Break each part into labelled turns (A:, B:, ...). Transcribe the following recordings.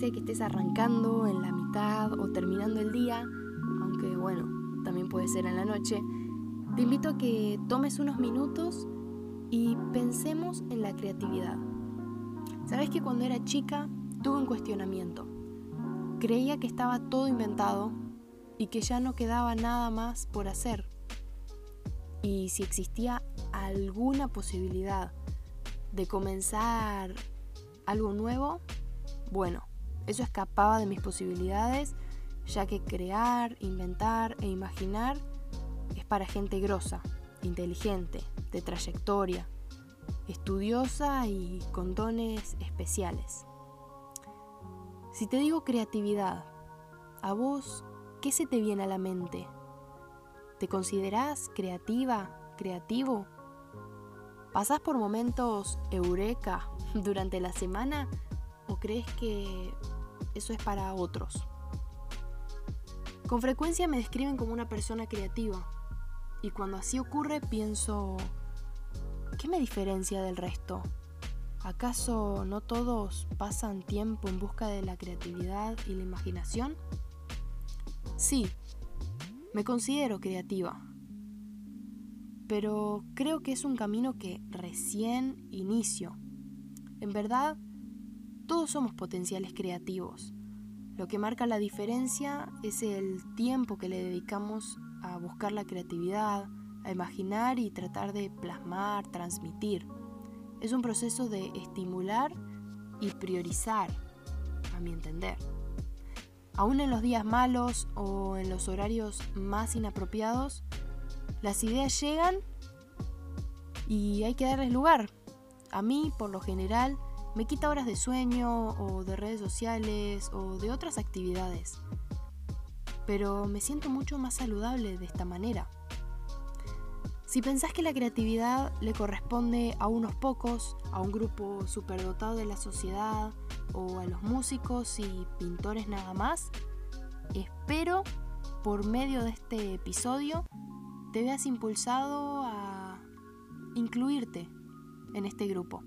A: sea que estés arrancando, en la mitad o terminando el día, aunque bueno, también puede ser en la noche, te invito a que tomes unos minutos y pensemos en la creatividad. ¿Sabes que cuando era chica tuve un cuestionamiento? Creía que estaba todo inventado y que ya no quedaba nada más por hacer. Y si existía alguna posibilidad de comenzar algo nuevo, bueno, eso escapaba de mis posibilidades, ya que crear, inventar e imaginar es para gente grosa, inteligente, de trayectoria, estudiosa y con dones especiales. Si te digo creatividad, ¿a vos qué se te viene a la mente? ¿Te considerás creativa, creativo? ¿Pasás por momentos eureka durante la semana o crees que eso es para otros? Con frecuencia me describen como una persona creativa y cuando así ocurre pienso, ¿qué me diferencia del resto? ¿Acaso no todos pasan tiempo en busca de la creatividad y la imaginación? Sí, me considero creativa, pero creo que es un camino que recién inicio. En verdad, todos somos potenciales creativos. Lo que marca la diferencia es el tiempo que le dedicamos a buscar la creatividad, a imaginar y tratar de plasmar, transmitir. Es un proceso de estimular y priorizar, a mi entender. Aún en los días malos o en los horarios más inapropiados, las ideas llegan y hay que darles lugar. A mí, por lo general, me quita horas de sueño o de redes sociales o de otras actividades. Pero me siento mucho más saludable de esta manera. Si pensás que la creatividad le corresponde a unos pocos, a un grupo superdotado de la sociedad o a los músicos y pintores nada más, espero por medio de este episodio te veas impulsado a incluirte en este grupo.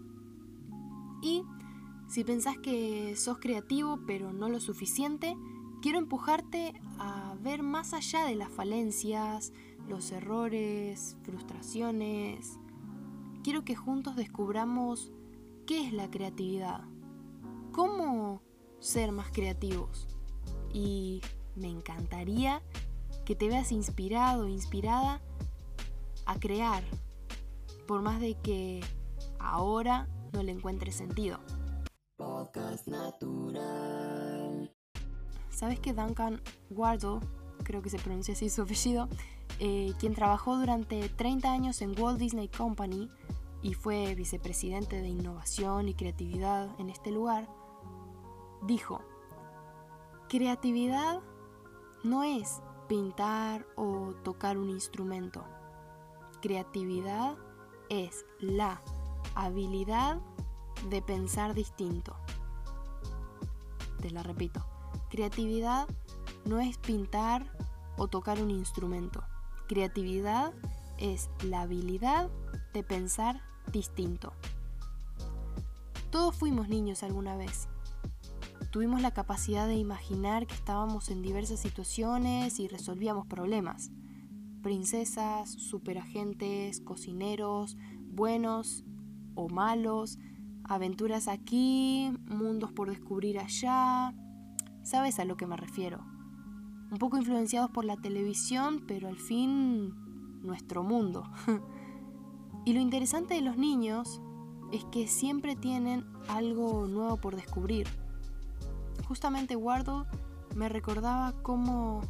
A: Y si pensás que sos creativo pero no lo suficiente, quiero empujarte a ver más allá de las falencias, los errores, frustraciones. Quiero que juntos descubramos qué es la creatividad, cómo ser más creativos. Y me encantaría que te veas inspirado o inspirada a crear, por más de que ahora no le encuentres sentido.
B: Podcast Natural.
A: ¿Sabes que Duncan Wardle, creo que se pronuncia así su apellido, quien trabajó durante 30 años en Walt Disney Company y fue vicepresidente de innovación y creatividad en este lugar, dijo: creatividad no es pintar o tocar un instrumento. Creatividad es la habilidad de pensar distinto. Te la repito. Creatividad no es pintar o tocar un instrumento. Creatividad es la habilidad de pensar distinto. Todos fuimos niños alguna vez. Tuvimos la capacidad de imaginar que estábamos en diversas situaciones y resolvíamos problemas. Princesas, superagentes, cocineros, buenos o malos, aventuras aquí, mundos por descubrir allá. ¿Sabes a lo que me refiero? Un poco influenciados por la televisión, pero al fin nuestro mundo. Y lo interesante de los niños es que siempre tienen algo nuevo por descubrir. Justamente Wardle me recordaba cómo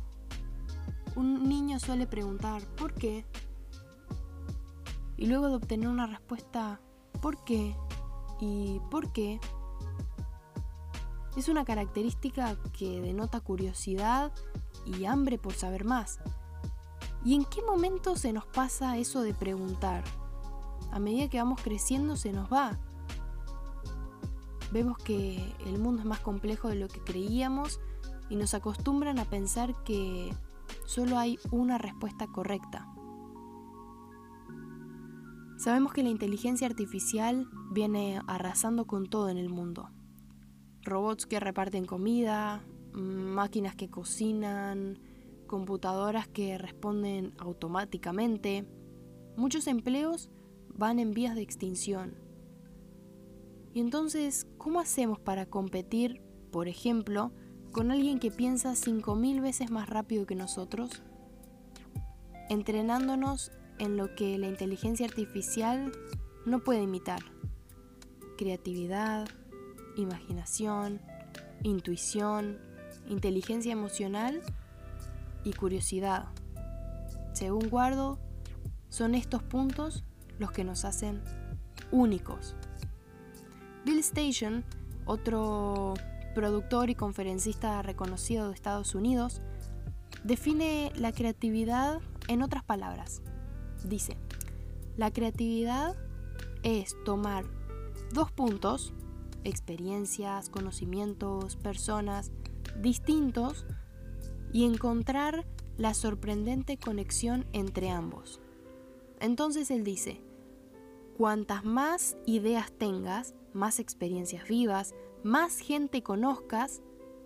A: un niño suele preguntar ¿por qué? Y luego de obtener una respuesta ¿por qué? ¿Y por qué? Es una característica que denota curiosidad y hambre por saber más. ¿Y en qué momento se nos pasa eso de preguntar? A medida que vamos creciendo se nos va. Vemos que el mundo es más complejo de lo que creíamos y nos acostumbran a pensar que solo hay una respuesta correcta. Sabemos que la inteligencia artificial viene arrasando con todo en el mundo. robots que reparten comida, máquinas que cocinan, computadoras que responden automáticamente. Muchos empleos van en vías de extinción. Y entonces, ¿cómo hacemos para competir, por ejemplo, con alguien que piensa 5.000 veces más rápido que nosotros? Entrenándonos en lo que la inteligencia artificial no puede imitar: creatividad, imaginación, intuición, inteligencia emocional y curiosidad. Según Guardo, son estos puntos los que nos hacen únicos. Bill Station, otro productor y conferencista reconocido de Estados Unidos, define la creatividad en otras palabras. Dice: la creatividad es tomar dos puntos, experiencias, conocimientos, personas distintos, y encontrar la sorprendente conexión entre ambos. Entonces él dice: cuantas más ideas tengas, más experiencias vivas, más gente conozcas,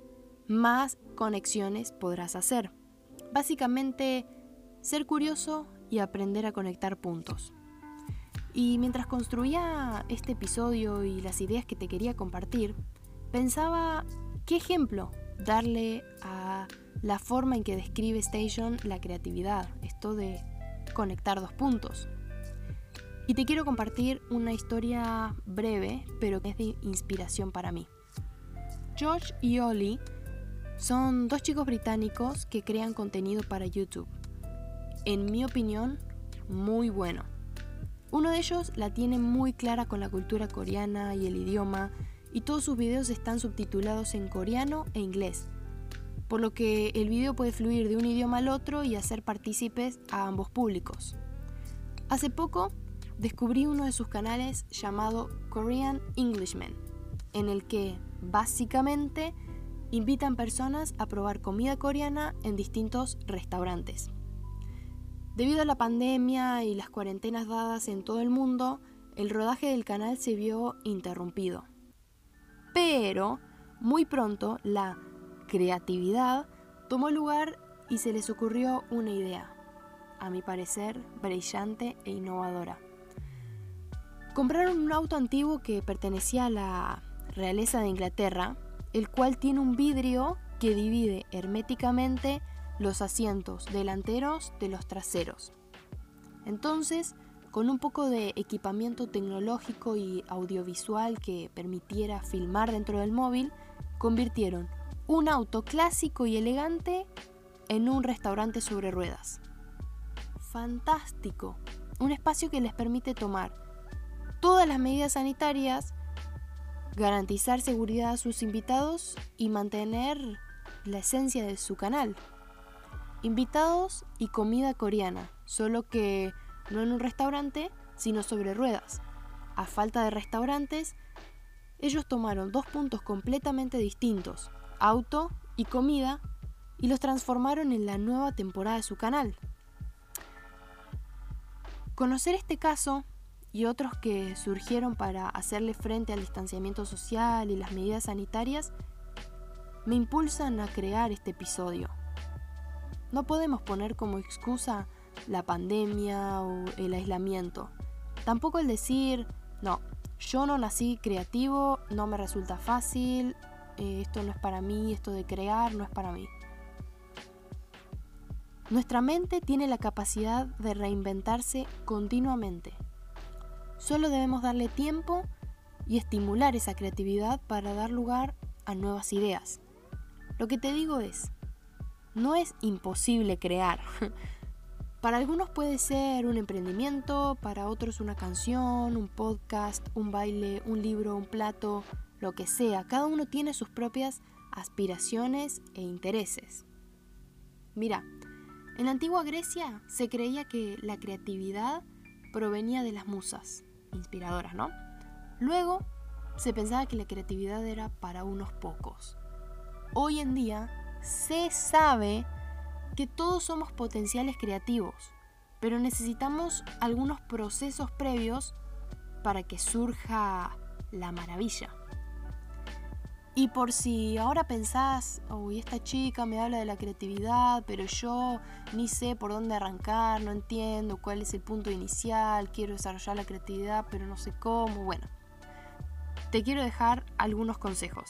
A: más conexiones podrás hacer. Básicamente, ser curioso y aprender a conectar puntos. Y mientras construía este episodio y las ideas que te quería compartir, pensaba qué ejemplo darle a la forma en que describe Station la creatividad, esto de conectar dos puntos. Y te quiero compartir una historia breve, pero que es de inspiración para mí. George y Ollie son dos chicos británicos que crean contenido para YouTube. En mi opinión, muy bueno. Uno de ellos la tiene muy clara con la cultura coreana y el idioma, y todos sus videos están subtitulados en coreano e inglés, por lo que el video puede fluir de un idioma al otro y hacer partícipes a ambos públicos. Hace poco descubrí uno de sus canales llamado Korean Englishman, en el que básicamente invitan personas a probar comida coreana en distintos restaurantes. Debido a la pandemia y las cuarentenas dadas en todo el mundo, el rodaje del canal se vio interrumpido. Pero muy pronto la creatividad tomó lugar y se les ocurrió una idea, a mi parecer brillante e innovadora. Compraron un auto antiguo que pertenecía a la realeza de Inglaterra, el cual tiene un vidrio que divide herméticamente los asientos delanteros de los traseros. Entonces, con un poco de equipamiento tecnológico y audiovisual que permitiera filmar dentro del móvil, convirtieron un auto clásico y elegante en un restaurante sobre ruedas. Fantástico, un espacio que les permite tomar todas las medidas sanitarias, garantizar seguridad a sus invitados y mantener la esencia de su canal. Invitados y comida coreana, solo que no en un restaurante, sino sobre ruedas. A falta de restaurantes, ellos tomaron dos puntos completamente distintos, auto y comida, y los transformaron en la nueva temporada de su canal. Conocer este caso y otros que surgieron para hacerle frente al distanciamiento social y las medidas sanitarias me impulsan a crear este episodio. No podemos poner como excusa la pandemia o el aislamiento. Tampoco el decir, no, yo no nací creativo, no me resulta fácil, esto no es para mí, esto de crear no es para mí. Nuestra mente tiene la capacidad de reinventarse continuamente. Solo debemos darle tiempo y estimular esa creatividad para dar lugar a nuevas ideas. Lo que te digo es, no es imposible crear. Para algunos puede ser un emprendimiento, para otros una canción, un podcast, un baile, un libro, un plato, lo que sea. Cada uno tiene sus propias aspiraciones e intereses. Mira, en la antigua Grecia se creía que la creatividad provenía de las musas, inspiradoras, ¿no? Luego se pensaba que la creatividad era para unos pocos. Hoy en día se sabe que todos somos potenciales creativos, pero necesitamos algunos procesos previos para que surja la maravilla. Y por si ahora pensás, uy, esta chica me habla de la creatividad, pero yo ni sé por dónde arrancar, no entiendo cuál es el punto inicial, quiero desarrollar la creatividad, pero no sé cómo. Bueno, te quiero dejar algunos consejos.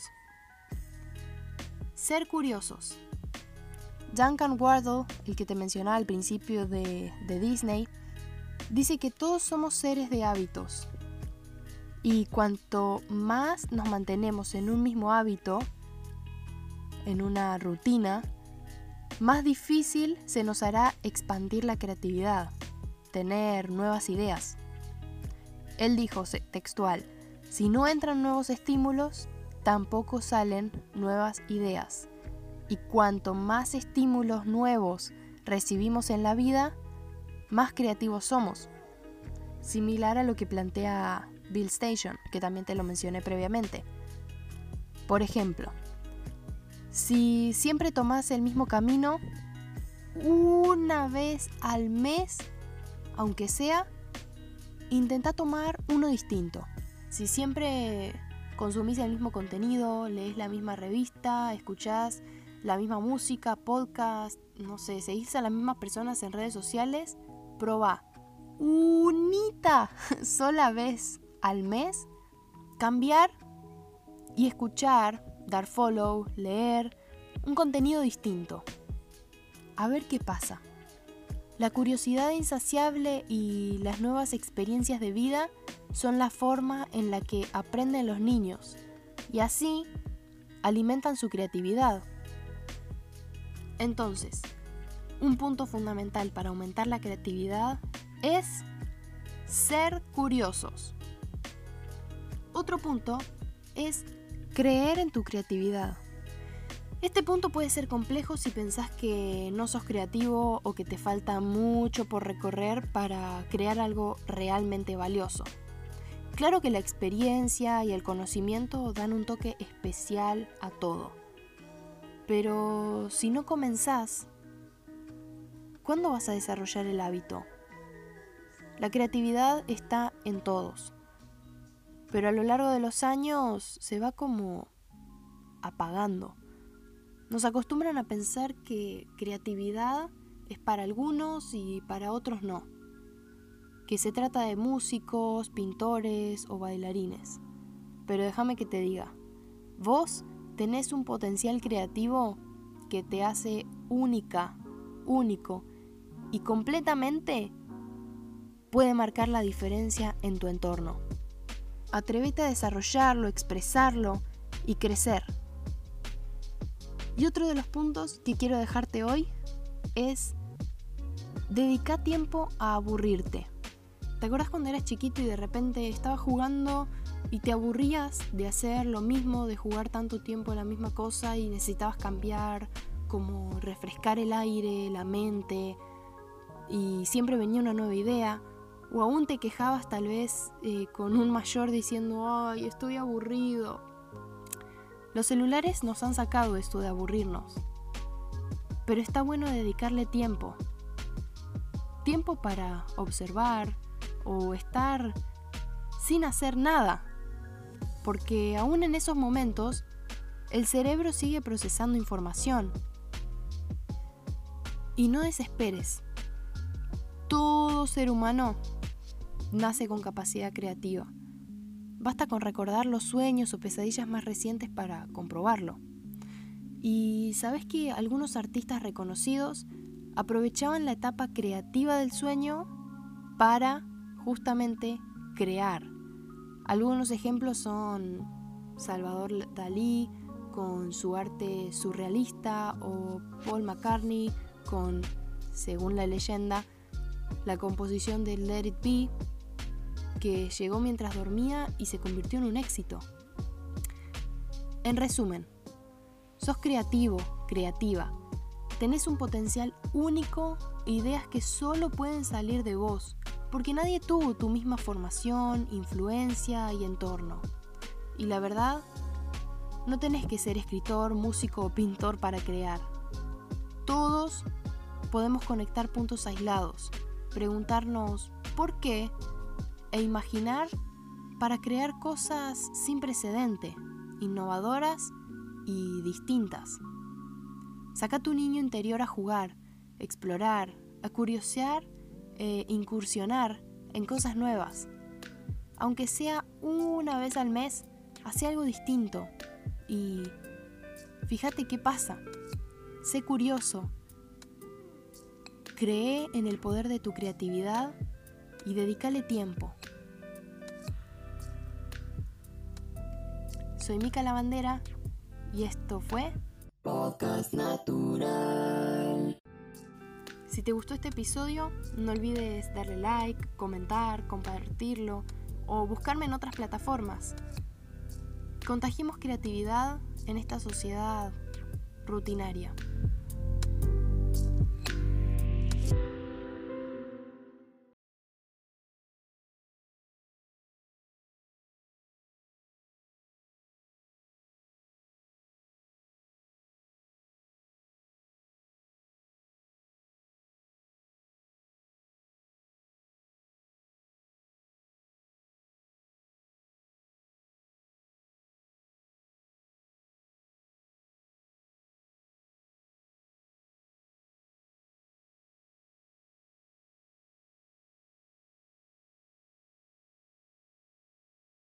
A: Ser curiosos. Duncan Wardle, el que te mencionaba al principio de Disney, dice que todos somos seres de hábitos. Y cuanto más nos mantenemos en un mismo hábito, en una rutina, más difícil se nos hará expandir la creatividad, tener nuevas ideas. Él dijo textual, si no entran nuevos estímulos, tampoco salen nuevas ideas. Y cuanto más estímulos nuevos recibimos en la vida, más creativos somos. Similar a lo que plantea Bill Station, que también te lo mencioné previamente. Por ejemplo, si siempre tomas el mismo camino, una vez al mes, aunque sea, intenta tomar uno distinto. Si siempre consumís el mismo contenido, lees la misma revista, escuchás la misma música, podcast, no sé, seguís a las mismas personas en redes sociales, probá unita sola vez al mes, cambiar y escuchar, dar follow, leer un contenido distinto. A ver qué pasa. La curiosidad insaciable y las nuevas experiencias de vida son la forma en la que aprenden los niños y así alimentan su creatividad. Entonces, un punto fundamental para aumentar la creatividad es ser curiosos. Otro punto es creer en tu creatividad. Este punto puede ser complejo si pensás que no sos creativo o que te falta mucho por recorrer para crear algo realmente valioso. Claro que la experiencia y el conocimiento dan un toque especial a todo. Pero si no comenzás, ¿cuándo vas a desarrollar el hábito? La creatividad está en todos, pero a lo largo de los años se va como apagando. Nos acostumbran a pensar que creatividad es para algunos y para otros no, que se trata de músicos, pintores o bailarines. Pero déjame que te diga, vos tenés un potencial creativo que te hace única, único y completamente puede marcar la diferencia en tu entorno. Atrévete a desarrollarlo, expresarlo y crecer. Y otro de los puntos que quiero dejarte hoy es dedica tiempo a aburrirte. ¿Te acuerdas cuando eras chiquito y de repente estabas jugando y te aburrías de hacer lo mismo, de jugar tanto tiempo en la misma cosa y necesitabas cambiar, como refrescar el aire, la mente, y siempre venía una nueva idea? O aún te quejabas tal vez con un mayor diciendo, ay, estoy aburrido. Los celulares nos han sacado esto de aburrirnos, pero está bueno dedicarle tiempo. Tiempo para observar o estar sin hacer nada, porque aún en esos momentos el cerebro sigue procesando información. Y no desesperes. Todo ser humano nace con capacidad creativa. Basta con recordar los sueños o pesadillas más recientes para comprobarlo. Y ¿sabes que algunos artistas reconocidos aprovechaban la etapa creativa del sueño para justamente crear? Algunos ejemplos son Salvador Dalí con su arte surrealista o Paul McCartney con, según la leyenda, la composición de Let It Be, que llegó mientras dormía y se convirtió en un éxito. En resumen, sos creativo, creativa, tenés un potencial único, ideas que solo pueden salir de vos, porque nadie tuvo tu misma formación, influencia y entorno. Y la verdad, no tenés que ser escritor, músico o pintor para crear. Todos podemos conectar puntos aislados, preguntarnos ¿por qué? E imaginar para crear cosas sin precedente. innovadoras y distintas. Saca a tu niño interior a jugar, explorar, a curiosear e incursionar en cosas nuevas. Aunque sea una vez al mes, hace algo distinto y fíjate qué pasa. Sé curioso. Cree en el poder de tu creatividad y dedícale tiempo. Soy Mica Lavandera y esto fue
B: Podcast Natural.
A: Si te gustó este episodio, no olvides darle like, comentar, compartirlo o buscarme en otras plataformas. Contagiemos creatividad en esta sociedad rutinaria.